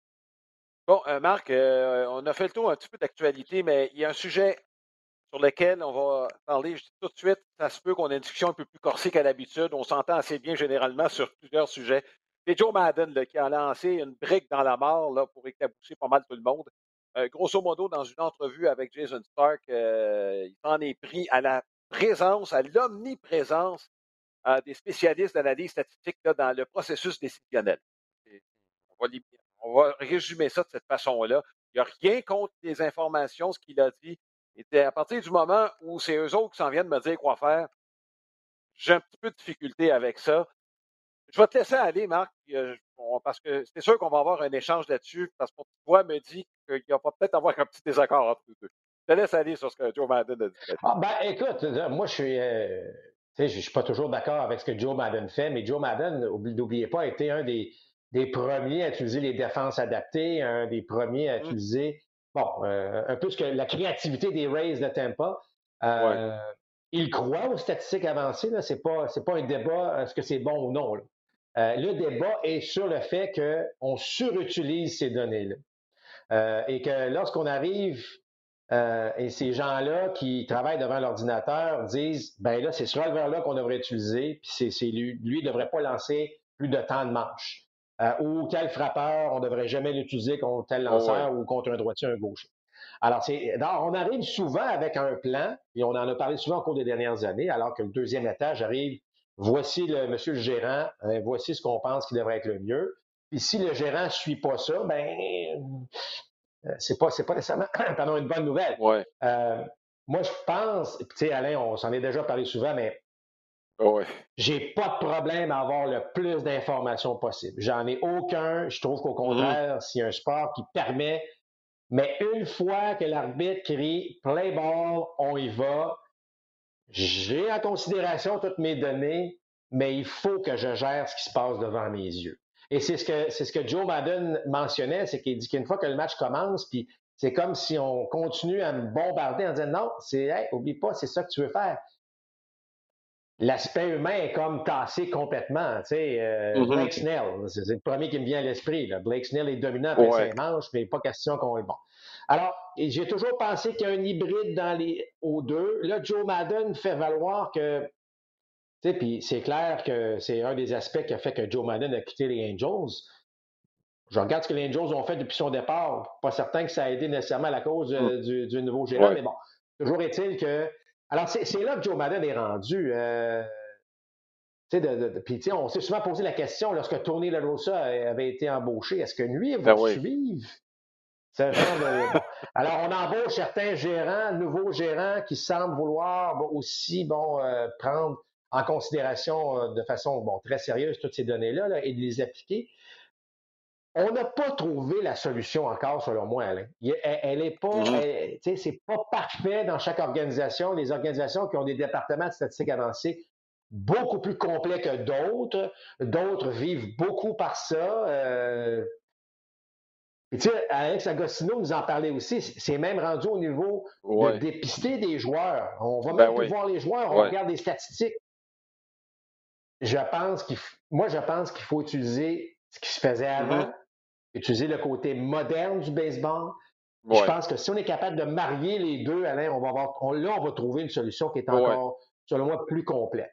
Bon, euh, Marc, euh, on a fait le tour un petit peu d'actualité, mais il y a un sujet sur lequel on va parler. Je dis tout de suite, ça se peut qu'on ait une discussion un peu plus corsée qu'à l'habitude. On s'entend assez bien généralement sur plusieurs sujets. C'est Joe Madden là, qui a lancé une brique dans la mort là, pour éclabousser pas mal tout le monde. Euh, grosso modo, dans une entrevue avec Jason Stark, euh, il s'en est pris à la présence, à l'omniprésence euh, des spécialistes d'analyse statistique là, dans le processus décisionnel. Et On va, on va résumer ça de cette façon-là. Il n'y a rien contre les informations, ce qu'il a dit. Et à partir du moment où c'est eux autres qui s'en viennent me dire quoi faire, j'ai un petit peu de difficulté avec ça. Je vais te laisser aller, Marc, euh, parce que c'est sûr qu'on va avoir un échange là-dessus, parce que mon petit doigt me dit qu'il va peut-être avoir un petit désaccord entre nous deux. Je te laisse aller sur ce que Joe Madden a dit là-dessus. Ah, ben, écoute, là, moi, je suis, euh, tu sais, je suis pas toujours d'accord avec ce que Joe Madden fait, mais Joe Madden, oublie- n'oubliez pas, a été un des, des premiers à utiliser les défenses adaptées, un des premiers à Hum, utiliser, bon, euh, un peu ce que la créativité des Rays de Tampa. ouais, Euh, il croit aux statistiques avancées, là, c'est pas, c'est pas un débat, est-ce que c'est bon ou non, là. Euh, le débat est sur le fait qu'on surutilise ces données-là. Euh, et que lorsqu'on arrive euh, et ces gens-là qui travaillent devant l'ordinateur disent, ben là, c'est ce releveur-là qu'on devrait utiliser, puis c'est, c'est lui, lui ne devrait pas lancer plus de temps de manche. Euh, ou tel frappeur, on ne devrait jamais l'utiliser contre tel oh, ouais, lanceur ou contre un droitier, un gaucher. Alors, c'est, on arrive souvent avec un plan, et on en a parlé souvent au cours des dernières années, alors que le deuxième étage arrive, voici le monsieur le gérant, euh, voici ce qu'on pense qui devrait être le mieux. Puis si le gérant ne suit pas ça, ben euh, c'est pas, c'est pas nécessairement pardon, une bonne nouvelle. ouais, Euh, moi, je pense, tu sais, Alain, on s'en est déjà parlé souvent, mais oh, ouais. j'ai pas de problème à avoir le plus d'informations possible. J'en ai aucun. Je trouve qu'au Mhm. contraire, s'il y a un sport qui permet, mais une fois que l'arbitre crie play ball, on y va, j'ai en considération toutes mes données, mais il faut que je gère ce qui se passe devant mes yeux. Et c'est ce que c'est ce que Joe Madden mentionnait, c'est qu'il dit qu'une fois que le match commence, puis c'est comme si on continue à me bombarder en disant non, c'est hey, oublie pas, c'est ça que tu veux faire. L'aspect humain est comme tassé complètement. Tu sais, euh, Mhm. Blake Snell, c'est le premier qui me vient à l'esprit. Là. Blake Snell est dominant après Ouais. cinq manches, mais pas question qu'on est bon. Alors, j'ai toujours pensé qu'il y a un hybride dans les aux deux. Là, Joe Madden fait valoir que tu sais, puis c'est clair que c'est un des aspects qui a fait que Joe Madden a quitté les Angels. Je regarde ce que les Angels ont fait depuis son départ. Pas certain que ça a aidé nécessairement à la cause Hum, euh, du, du nouveau gérant, ouais. mais bon, toujours est-il que. Alors, c'est c'est là que Joe Madden est rendu. Euh, tu sais, de, de, de- puis, tu sais, on s'est souvent posé la question lorsque Tony La Rosa avait été embauché, est-ce que lui Ben va oui. suivre ce genre de. Bon. Alors, on embauche certains gérants, nouveaux gérants qui semblent vouloir bon, aussi bon, euh, prendre en considération euh, de façon bon, très sérieuse toutes ces données-là là, et de les appliquer. On n'a pas trouvé la solution encore, selon moi, Alain. Il- Elle, elle est pas, Mhm. elle- tu sais, c'est pas parfait dans chaque organisation. Les organisations qui ont des départements de statistiques avancées beaucoup plus complets que d'autres. D'autres vivent beaucoup par ça. Euh, et tu sais, Alex Agostino nous en parlait aussi. C'est même rendu au niveau de Ouais. dépister des joueurs. On va Ben même plus oui. voir les joueurs, on Ouais. regarde les statistiques. Je pense qu'il, f- moi, je pense qu'il faut utiliser ce qui se faisait Mhm. avant, utiliser le côté moderne du baseball. Je Ouais. pense que si on est capable de marier les deux, Alain, on va avoir, on- là, on va trouver une solution qui est Ouais. encore, selon moi, plus complète.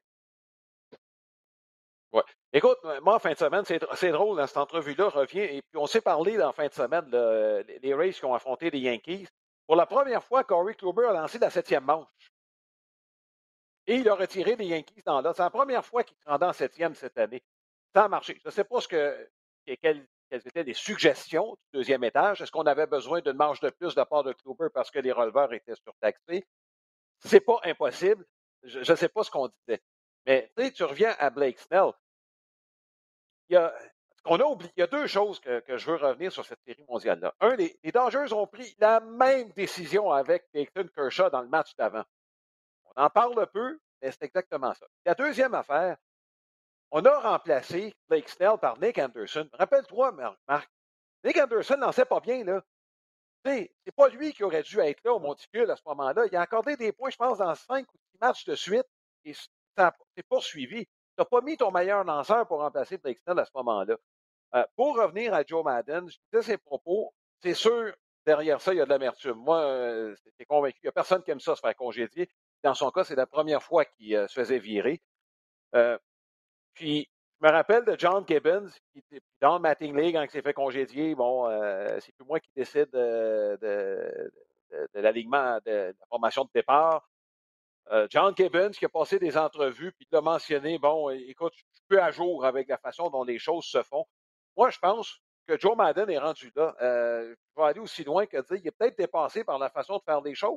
Ouais. Écoute, moi, en fin de semaine, c'est, c'est drôle, hein, cette entrevue-là revient, et puis on s'est parlé en fin de semaine, là, les les Rays qui ont affronté les Yankees. Pour la première fois, Corey Kluber a lancé la septième manche. Et il a retiré les Yankees dans l'autre. C'est la première fois qu'il se rendait en septième cette année. Ça a marché. Je ne sais pas ce que, quelles, quelles étaient les suggestions du deuxième étage. Est-ce qu'on avait besoin d'une marge de plus de la part de Kluber parce que les releveurs étaient surtaxés? C'est pas impossible. Je ne sais pas ce qu'on disait. Mais tu sais, tu reviens à Blake Snell. Il y a, on a oublié, il y a deux choses que, que je veux revenir sur cette série mondiale-là. Un, les, les Dodgers ont pris la même décision avec Clayton Kershaw dans le match d'avant. On en parle peu, mais c'est exactement ça. La deuxième affaire, on a remplacé Blake Snell par Nick Anderson. Rappelle-toi, Marc, Nick Anderson n'en sait pas bien, là. C'est pas lui qui aurait dû être là au monticule à ce moment-là. Il a accordé des points, je pense, dans cinq ou six matchs de suite, et ça s'est poursuivi. Tu n'as pas mis ton meilleur lanceur pour remplacer Blake Snell à ce moment-là. Euh, pour revenir à Joe Madden, je disais ses propos, c'est sûr, derrière ça, il y a de l'amertume. Moi, euh, j'étais convaincu. Il n'y a personne qui aime ça, se faire congédier. Dans son cas, c'est la première fois qu'il euh, se faisait virer. Euh, puis, je me rappelle de John Gibbons, qui était dans le Matting League, quand il s'est fait congédier. Bon, euh, c'est plus moi qui décide de, de, de, de l'alignement, de, de la formation de départ. Euh, John Gibbons, qui a passé des entrevues, puis il a mentionné, bon, écoute, je suis peu à jour avec la façon dont les choses se font. Moi, je pense que Joe Madden est rendu là. Euh, je vais aller aussi loin que dire, il est peut-être dépassé par la façon de faire les choses.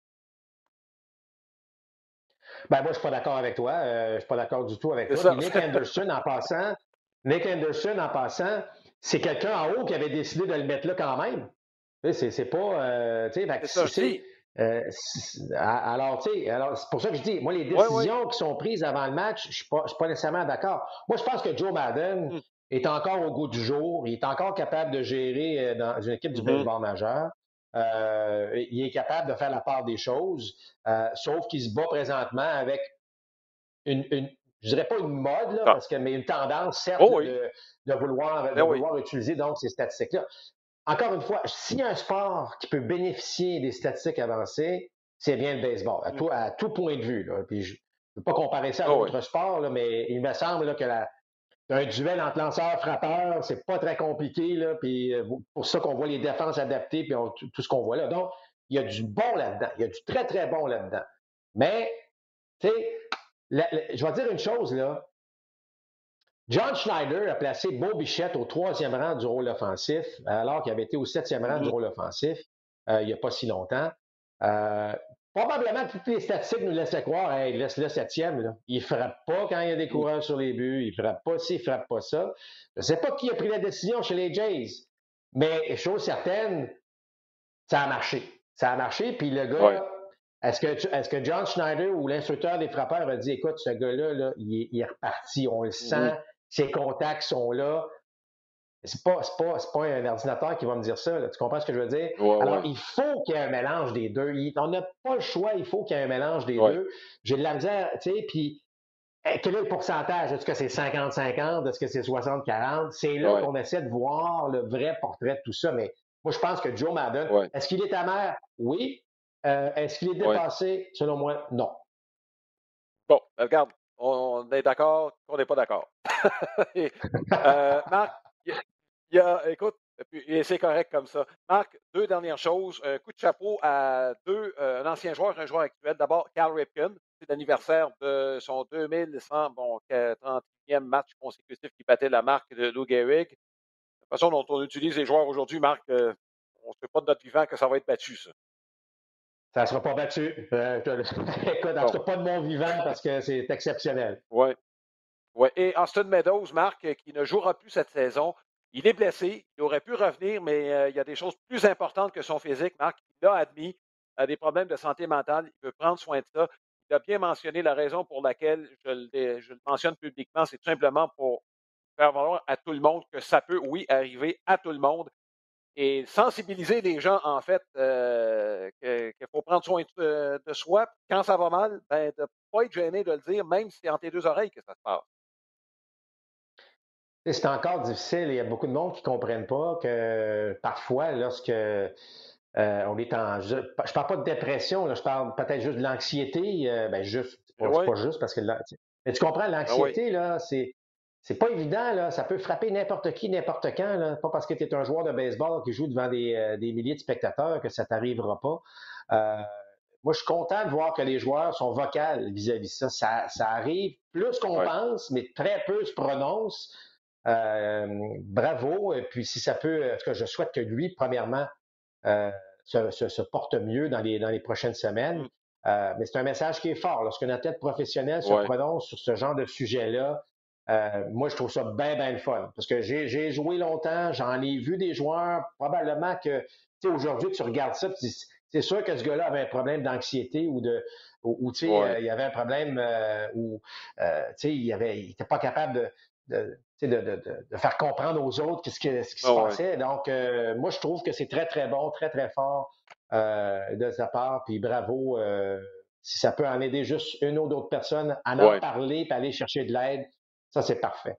Ben, moi, je suis pas d'accord avec toi. Euh, je suis pas d'accord du tout avec C'est toi. ça. Puis Nick Anderson, en passant, Nick Anderson, en passant, c'est quelqu'un en haut qui avait décidé de le mettre là quand même. Tu sais, c'est, c'est pas, euh, tu sais, fait que C'est ça, c'est- je c'est, dis. euh, c'est- a- alors, tu sais, alors, c'est pour ça que je dis, moi, les Oui, oui. décisions qui sont prises avant le match, je suis pas, je suis pas nécessairement d'accord. Moi, je pense que Joe Madden Hum, est encore au goût du jour. Il est encore capable de gérer euh, dans une équipe du mhm. baseball majeur. Euh, il est capable de faire la part des choses, euh, sauf qu'il se bat présentement avec une, une je dirais pas une mode, là, Ah. parce que, mais une tendance, certes, Oh là, oui, de, de, vouloir, de ben oui. vouloir utiliser donc ces statistiques-là. Encore une fois, s'il y a un sport qui peut bénéficier des statistiques avancées, c'est bien le baseball, à Hum. tout, à tout point de vue. Là. Puis je ne veux pas comparer ça à Oh oui. d'autres sports, là, mais il me semble là, que la, un duel entre lanceurs-frappeurs, c'est pas très compliqué. Là, puis euh, pour ça qu'on voit les défenses adaptées, puis on, tout, tout ce qu'on voit là. Donc, il y a du bon là-dedans. Il y a du très, très bon là-dedans. Mais, tu sais, je vais dire une chose, là. John Schneider a placé Beau Bichette au troisième rang du rôle offensif, alors qu'il avait été au septième rang du Mhm. rôle offensif euh, il n'y a pas si longtemps. Euh, probablement, toutes les statistiques nous laissaient croire, hey, laisse-le septième. Là. Il ne frappe pas quand il y a des Hum. coureurs sur les buts, il ne frappe pas ci, il ne frappe pas ça. Je ne sais pas qui a pris la décision chez les Jays, mais chose certaine, ça a marché. Ça a marché, puis le Ouais. gars, est-ce que, est-ce que John Schneider ou l'instructeur des frappeurs a dit, écoute, ce gars-là, là, il, est, il, est, reparti, on le sent, Mhm. ses contacts sont là. C'est pas, c'est pas, c'est pas un ordinateur qui va me dire ça. Là. Tu comprends ce que je veux dire? Ouais, Alors, ouais. il faut qu'il y ait un mélange des deux. Il, on n'a pas le choix, il faut qu'il y ait un mélange des Ouais. deux. J'ai de la misère, tu sais, puis quel est le pourcentage? Est-ce que c'est cinquante cinquante? Est-ce que c'est soixante quarante? C'est là Ouais. qu'on essaie de voir le vrai portrait de tout ça. Mais moi, je pense que Joe Madden, Ouais. est-ce qu'il est amer? Oui. Euh, est-ce qu'il est Ouais. dépassé? Selon moi, non. Bon, ben, regarde, on est d'accord qu'on n'est pas d'accord. Et, euh, Marc, il y a, il y a- écoute, puis- et c'est correct comme ça. Marc, deux dernières choses. Un coup de chapeau à deux, euh, un ancien joueur, un joueur actuel. D'abord, Cal Ripken. C'est l'anniversaire de son deux mille cent, bon, trentième match consécutif qui battait la marque de Lou Gehrig. La façon dont on utilise les joueurs aujourd'hui, Marc, euh, on ne sait pas de notre vivant que ça va être battu, ça. Ça ne sera pas battu. Euh, je- écoute, en tout Bon, cas, pas de mon vivant parce que c'est exceptionnel. ouais. Ouais. Et Austin Meadows, Marc, euh, qui ne jouera plus cette saison, il est blessé. Il aurait pu revenir, mais euh, il y a des choses plus importantes que son physique, Marc. Il l'a admis, a des problèmes de santé mentale. Il veut prendre soin de ça. Il a bien mentionné la raison pour laquelle je le, je le mentionne publiquement, c'est tout simplement pour faire valoir à tout le monde que ça peut, oui, arriver à tout le monde et sensibiliser les gens, en fait, euh, que- qu'il faut prendre soin de, de soi. Quand ça va mal, ben, de ne pas être gêné de le dire, même si c'est entre tes deux oreilles que ça se passe. C'est encore difficile. Il y a beaucoup de monde qui ne comprennent pas que parfois, lorsque euh, on est en. Je ne parle pas de dépression, là, je parle peut-être juste de l'anxiété. Euh, ben juste, c'est Eh pas, c'est oui, pas juste parce que. là, tu sais. Mais tu comprends, ah oui, l'anxiété, là, c'est. C'est pas évident, là. Ça peut frapper n'importe qui, n'importe quand, là. Pas parce que tu es un joueur de baseball qui joue devant des, euh, des milliers de spectateurs que ça t'arrivera pas. Euh, Moi, je suis content de voir que les joueurs sont vocaux vis-à-vis de ça. ça. Ça arrive plus qu'on oui, pense, mais très peu se prononcent. Euh, bravo. Et puis, si ça peut, en tout cas, je souhaite que lui, premièrement, euh, se, se- se porte mieux dans les, dans les prochaines semaines. hum, Euh, mais c'est un message qui est fort. Lorsqu'un athlète professionnel se ouais, prononce sur ce genre de sujet-là, euh, moi, je trouve ça bien, bien le fun. Parce que j'ai j'ai joué longtemps, j'en ai vu des joueurs, probablement que, tu sais, aujourd'hui, tu regardes ça, tu dis, c'est sûr que ce gars-là avait un problème d'anxiété ou de, ou, ou, tu sais, ouais, euh, il y avait un problème euh, où, euh, tu sais, il avait, il était pas capable de, de, tu sais, de, de, de- de faire comprendre aux autres ce, que- ce qui ah se ouais. passait. Donc, euh, moi, je trouve que c'est très, très bon, très, très fort euh, de sa part. Puis bravo. Euh, si ça peut en aider juste une ou d'autres personnes à en Ouais. parler et aller chercher de l'aide, ça, c'est parfait.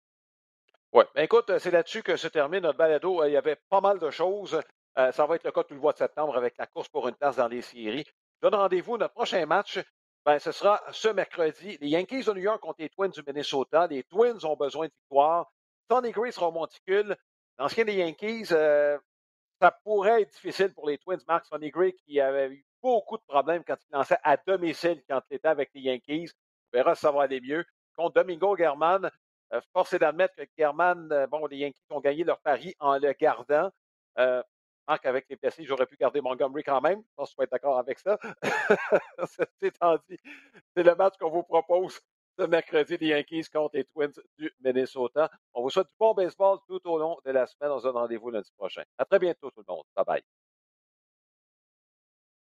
Oui. Ben, écoute, euh, c'est là-dessus que se termine notre balado. Euh, Il y avait pas mal de choses. Euh, ça va être le cas tout le mois de septembre avec la course pour une place dans les séries. Je donne rendez-vous. Notre prochain match, ben, ce sera ce mercredi. Les Yankees de New York contre les Twins du Minnesota. Les Twins ont besoin de victoire. Sonny Gray sera au monticule. L'ancien des Yankees, euh, ça pourrait être difficile pour les Twins. Mark Sonny Gray qui avait eu beaucoup de problèmes quand il lançait à domicile quand il était avec les Yankees. On verra si ça va aller mieux. Contre Domingo German, euh, force est d'admettre que German, euh, bon, les Yankees ont gagné leur pari en le gardant. Euh, Marc, avec les blessés, j'aurais pu garder Montgomery quand même. Je pense que tu vas être d'accord avec ça. Ceci étant dit, c'est le match qu'on vous propose ce mercredi, les Yankees contre les Twins du Minnesota. On vous souhaite du bon baseball tout au long de la semaine. On se donne rendez-vous lundi prochain. À très bientôt, tout le monde. Bye bye.